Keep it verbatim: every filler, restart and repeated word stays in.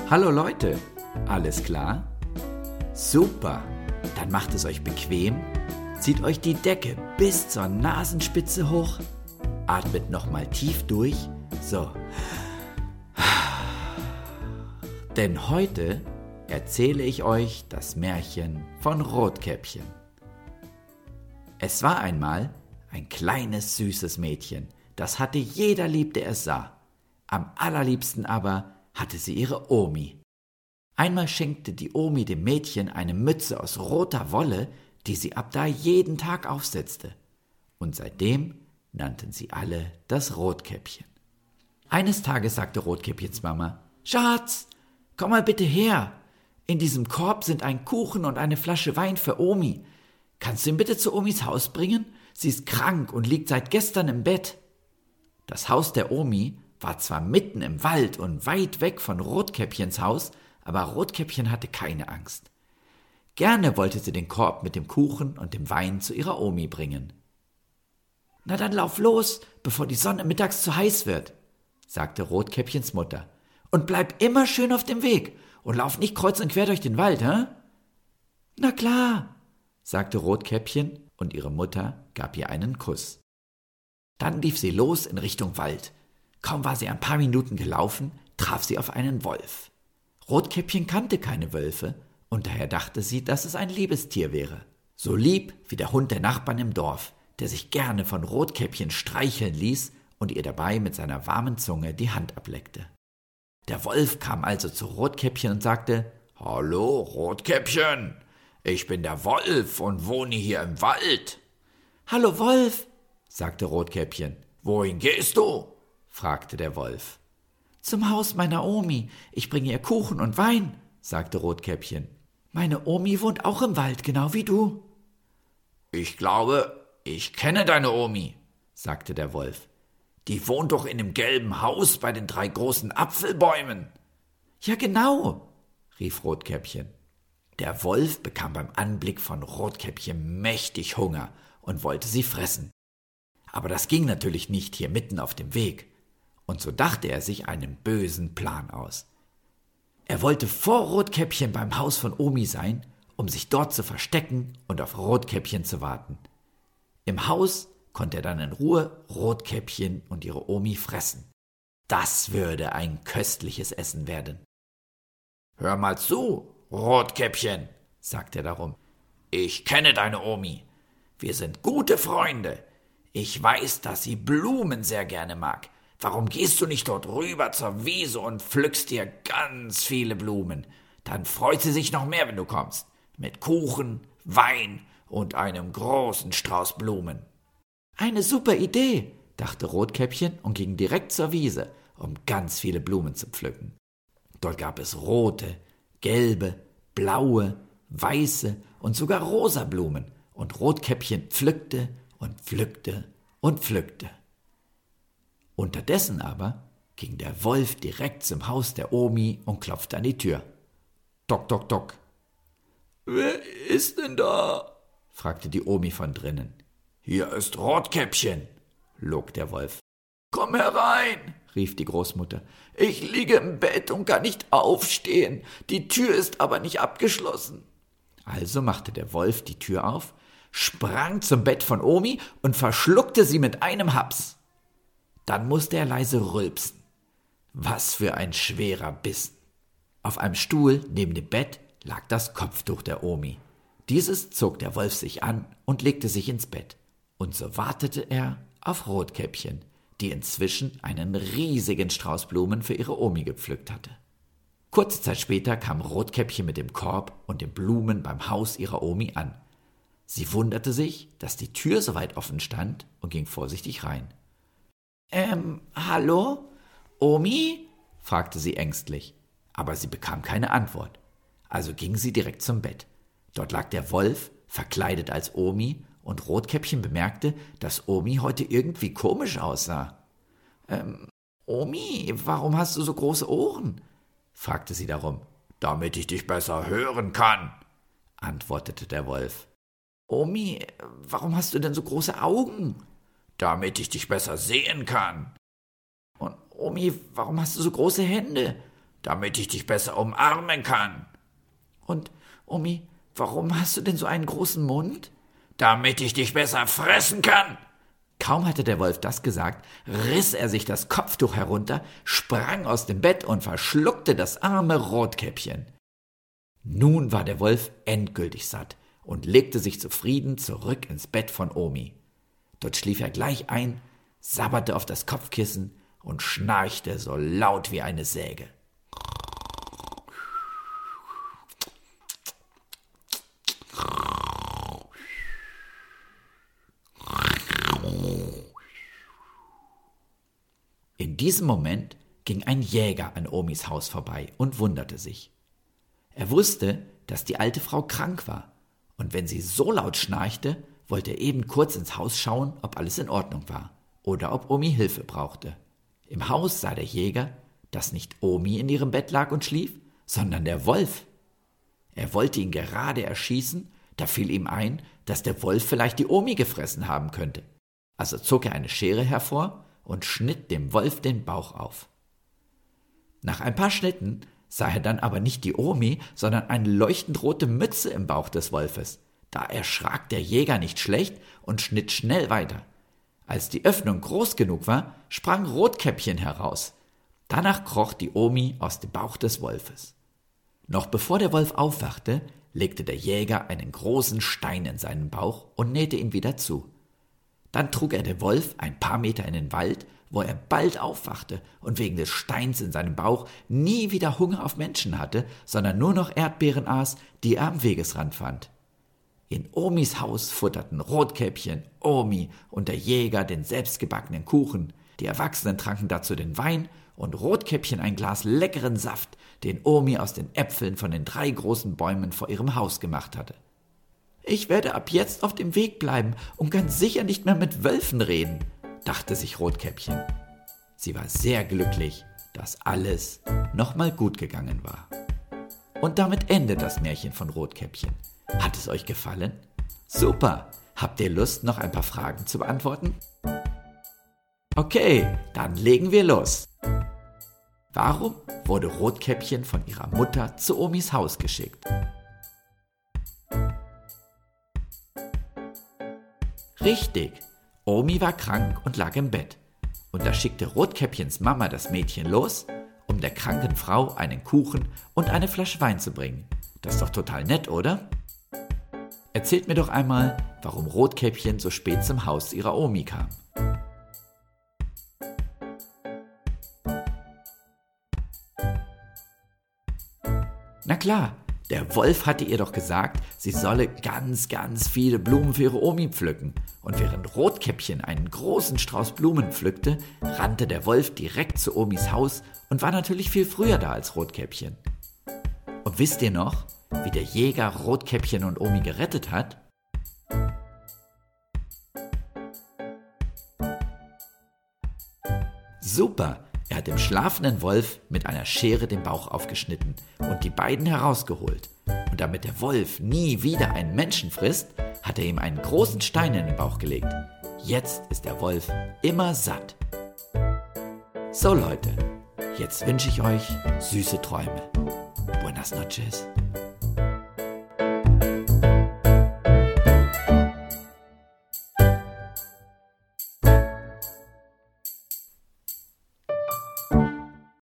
Hallo Leute, alles klar? Super, dann macht es euch bequem, zieht euch die Decke bis zur Nasenspitze hoch, atmet nochmal tief durch, so. Denn heute erzähle ich euch das Märchen von Rotkäppchen. Es war einmal ein kleines, süßes Mädchen, das hatte jeder lieb, der es sah. Am allerliebsten aber hatte sie ihre Omi. Einmal schenkte die Omi dem Mädchen eine Mütze aus roter Wolle, die sie ab da jeden Tag aufsetzte. Und seitdem nannten sie alle das Rotkäppchen. Eines Tages sagte Rotkäppchens Mama: »Schatz, komm mal bitte her. In diesem Korb sind ein Kuchen und eine Flasche Wein für Omi. Kannst du ihn bitte zu Omis Haus bringen? Sie ist krank und liegt seit gestern im Bett.« Das Haus der Omi war zwar mitten im Wald und weit weg von Rotkäppchens Haus, aber Rotkäppchen hatte keine Angst. Gerne wollte sie den Korb mit dem Kuchen und dem Wein zu ihrer Omi bringen. »Na dann lauf los, bevor die Sonne mittags zu heiß wird«, sagte Rotkäppchens Mutter. »Und bleib immer schön auf dem Weg und lauf nicht kreuz und quer durch den Wald, hä?« »Na klar«, sagte Rotkäppchen, und ihre Mutter gab ihr einen Kuss. Dann lief sie los in Richtung Wald. Kaum war sie ein paar Minuten gelaufen, traf sie auf einen Wolf. Rotkäppchen kannte keine Wölfe, und daher dachte sie, dass es ein liebes Tier wäre. So lieb wie der Hund der Nachbarn im Dorf, der sich gerne von Rotkäppchen streicheln ließ und ihr dabei mit seiner warmen Zunge die Hand ableckte. Der Wolf kam also zu Rotkäppchen und sagte: »Hallo, Rotkäppchen, ich bin der Wolf und wohne hier im Wald.« »Hallo, Wolf«, sagte Rotkäppchen. »Wohin gehst du?« fragte der Wolf. »Zum Haus meiner Omi. Ich bringe ihr Kuchen und Wein«, sagte Rotkäppchen. »Meine Omi wohnt auch im Wald, genau wie du.« »Ich glaube, ich kenne deine Omi«, sagte der Wolf. »Die wohnt doch in dem gelben Haus bei den drei großen Apfelbäumen.« »Ja, genau«, rief Rotkäppchen. Der Wolf bekam beim Anblick von Rotkäppchen mächtig Hunger und wollte sie fressen. Aber das ging natürlich nicht hier mitten auf dem Weg. Und so dachte er sich einen bösen Plan aus. Er wollte vor Rotkäppchen beim Haus von Omi sein, um sich dort zu verstecken und auf Rotkäppchen zu warten. Im Haus konnte er dann in Ruhe Rotkäppchen und ihre Omi fressen. Das würde ein köstliches Essen werden. »Hör mal zu, Rotkäppchen«, sagte er darum. »Ich kenne deine Omi. Wir sind gute Freunde. Ich weiß, dass sie Blumen sehr gerne mag. Warum gehst du nicht dort rüber zur Wiese und pflückst dir ganz viele Blumen? Dann freut sie sich noch mehr, wenn du kommst. Mit Kuchen, Wein und einem großen Strauß Blumen.« »Eine super Idee«, dachte Rotkäppchen und ging direkt zur Wiese, um ganz viele Blumen zu pflücken. Dort gab es rote, gelbe, blaue, weiße und sogar rosa Blumen, und Rotkäppchen pflückte und pflückte und pflückte. Unterdessen aber ging der Wolf direkt zum Haus der Omi und klopfte an die Tür. Dock, dock, dock. »Wer ist denn da?« fragte die Omi von drinnen. »Hier ist Rotkäppchen«, log der Wolf. »Komm herein«, rief die Großmutter. »Ich liege im Bett und kann nicht aufstehen. Die Tür ist aber nicht abgeschlossen.« Also machte der Wolf die Tür auf, sprang zum Bett von Omi und verschluckte sie mit einem Haps. Dann musste er leise rülpsen. Was für ein schwerer Bissen. Auf einem Stuhl neben dem Bett lag das Kopftuch der Omi. Dieses zog der Wolf sich an und legte sich ins Bett. Und so wartete er auf Rotkäppchen, die inzwischen einen riesigen Strauß Blumen für ihre Omi gepflückt hatte. Kurze Zeit später kam Rotkäppchen mit dem Korb und den Blumen beim Haus ihrer Omi an. Sie wunderte sich, dass die Tür so weit offen stand, und ging vorsichtig rein. »Ähm, hallo? Omi?« fragte sie ängstlich, aber sie bekam keine Antwort. Also ging sie direkt zum Bett. Dort lag der Wolf, verkleidet als Omi, und Rotkäppchen bemerkte, dass Omi heute irgendwie komisch aussah. »Ähm, Omi, warum hast du so große Ohren?« fragte sie darum. »Damit ich dich besser hören kann«, antwortete der Wolf. »Omi, warum hast du denn so große Augen?« »Damit ich dich besser sehen kann.« »Und Omi, warum hast du so große Hände?« damit ich dich besser umarmen kann. Und, Omi, warum hast du denn so einen großen Mund? Damit ich dich besser fressen kann. Kaum hatte der Wolf das gesagt, riss er sich das Kopftuch herunter, sprang aus dem Bett und verschluckte das arme Rotkäppchen. Nun war der Wolf endgültig satt und legte sich zufrieden zurück ins Bett von Omi. Dort schlief er gleich ein, sabberte auf das Kopfkissen und schnarchte so laut wie eine Säge. In diesem Moment ging ein Jäger an Omis Haus vorbei und wunderte sich. Er wusste, dass die alte Frau krank war, und wenn sie so laut schnarchte, wollte er eben kurz ins Haus schauen, ob alles in Ordnung war oder ob Omi Hilfe brauchte. Im Haus sah der Jäger, dass nicht Omi in ihrem Bett lag und schlief, sondern der Wolf. Er wollte ihn gerade erschießen, da fiel ihm ein, dass der Wolf vielleicht die Omi gefressen haben könnte. Also zog er eine Schere hervor und schnitt dem Wolf den Bauch auf. Nach ein paar Schnitten sah er dann aber nicht die Omi, sondern eine leuchtend rote Mütze im Bauch des Wolfes. Da erschrak der Jäger nicht schlecht und schnitt schnell weiter. Als die Öffnung groß genug war, sprang Rotkäppchen heraus. Danach kroch die Omi aus dem Bauch des Wolfes. Noch bevor der Wolf aufwachte, legte der Jäger einen großen Stein in seinen Bauch und nähte ihn wieder zu. Dann trug er den Wolf ein paar Meter in den Wald, wo er bald aufwachte und wegen des Steins in seinem Bauch nie wieder Hunger auf Menschen hatte, sondern nur noch Erdbeeren aß, die er am Wegesrand fand. In Omis Haus futterten Rotkäppchen, Omi und der Jäger den selbstgebackenen Kuchen. Die Erwachsenen tranken dazu den Wein und Rotkäppchen ein Glas leckeren Saft, den Omi aus den Äpfeln von den drei großen Bäumen vor ihrem Haus gemacht hatte. »Ich werde ab jetzt auf dem Weg bleiben und ganz sicher nicht mehr mit Wölfen reden«, dachte sich Rotkäppchen. Sie war sehr glücklich, dass alles nochmal gut gegangen war. Und damit endet das Märchen von Rotkäppchen. Hat es euch gefallen? Super! Habt ihr Lust, noch ein paar Fragen zu beantworten? Okay, dann legen wir los. Warum wurde Rotkäppchen von ihrer Mutter zu Omis Haus geschickt? Richtig, Omi war krank und lag im Bett. Und da schickte Rotkäppchens Mama das Mädchen los, um der kranken Frau einen Kuchen und eine Flasche Wein zu bringen. Das ist doch total nett, oder? Erzählt mir doch einmal, warum Rotkäppchen so spät zum Haus ihrer Omi kam. Na klar, der Wolf hatte ihr doch gesagt, sie solle ganz, ganz viele Blumen für ihre Omi pflücken. Und während Rotkäppchen einen großen Strauß Blumen pflückte, rannte der Wolf direkt zu Omis Haus und war natürlich viel früher da als Rotkäppchen. Und wisst ihr noch, wie der Jäger Rotkäppchen und Omi gerettet hat? Super! Er hat dem schlafenden Wolf mit einer Schere den Bauch aufgeschnitten und die beiden herausgeholt. Und damit der Wolf nie wieder einen Menschen frisst, hat er ihm einen großen Stein in den Bauch gelegt. Jetzt ist der Wolf immer satt. So Leute, jetzt wünsche ich euch süße Träume. Buenas noches.